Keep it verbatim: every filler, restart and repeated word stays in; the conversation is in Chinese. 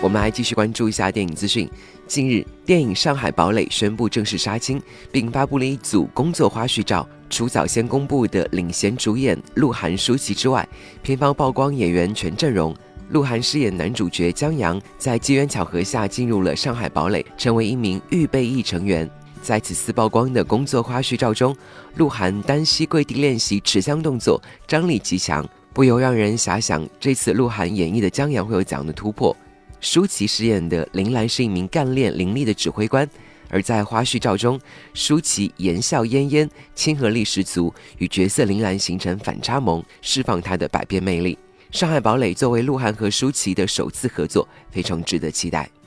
我们来继续关注一下电影资讯。近日，电影《上海堡垒》宣布正式杀青，并发布了一组工作花絮照。除早先公布的领衔主演鹿晗、舒淇之外，片方曝光演员全阵容。鹿晗饰演男主角江阳，在机缘巧合下进入了上海堡垒，成为一名预备役成员。在此次曝光的工作花絮照中，鹿晗单膝跪地练习持枪动作，张力极强，不由让人遐想这次鹿晗演绎的江阳会有怎样的突破。舒淇饰演的林兰是一名干练伶俐的指挥官，而在花絮照中，舒淇言笑嫣嫣，亲和力十足，与角色林兰形成反差萌，释放她的百变魅力。上海堡垒作为鹿晗和舒淇的首次合作，非常值得期待。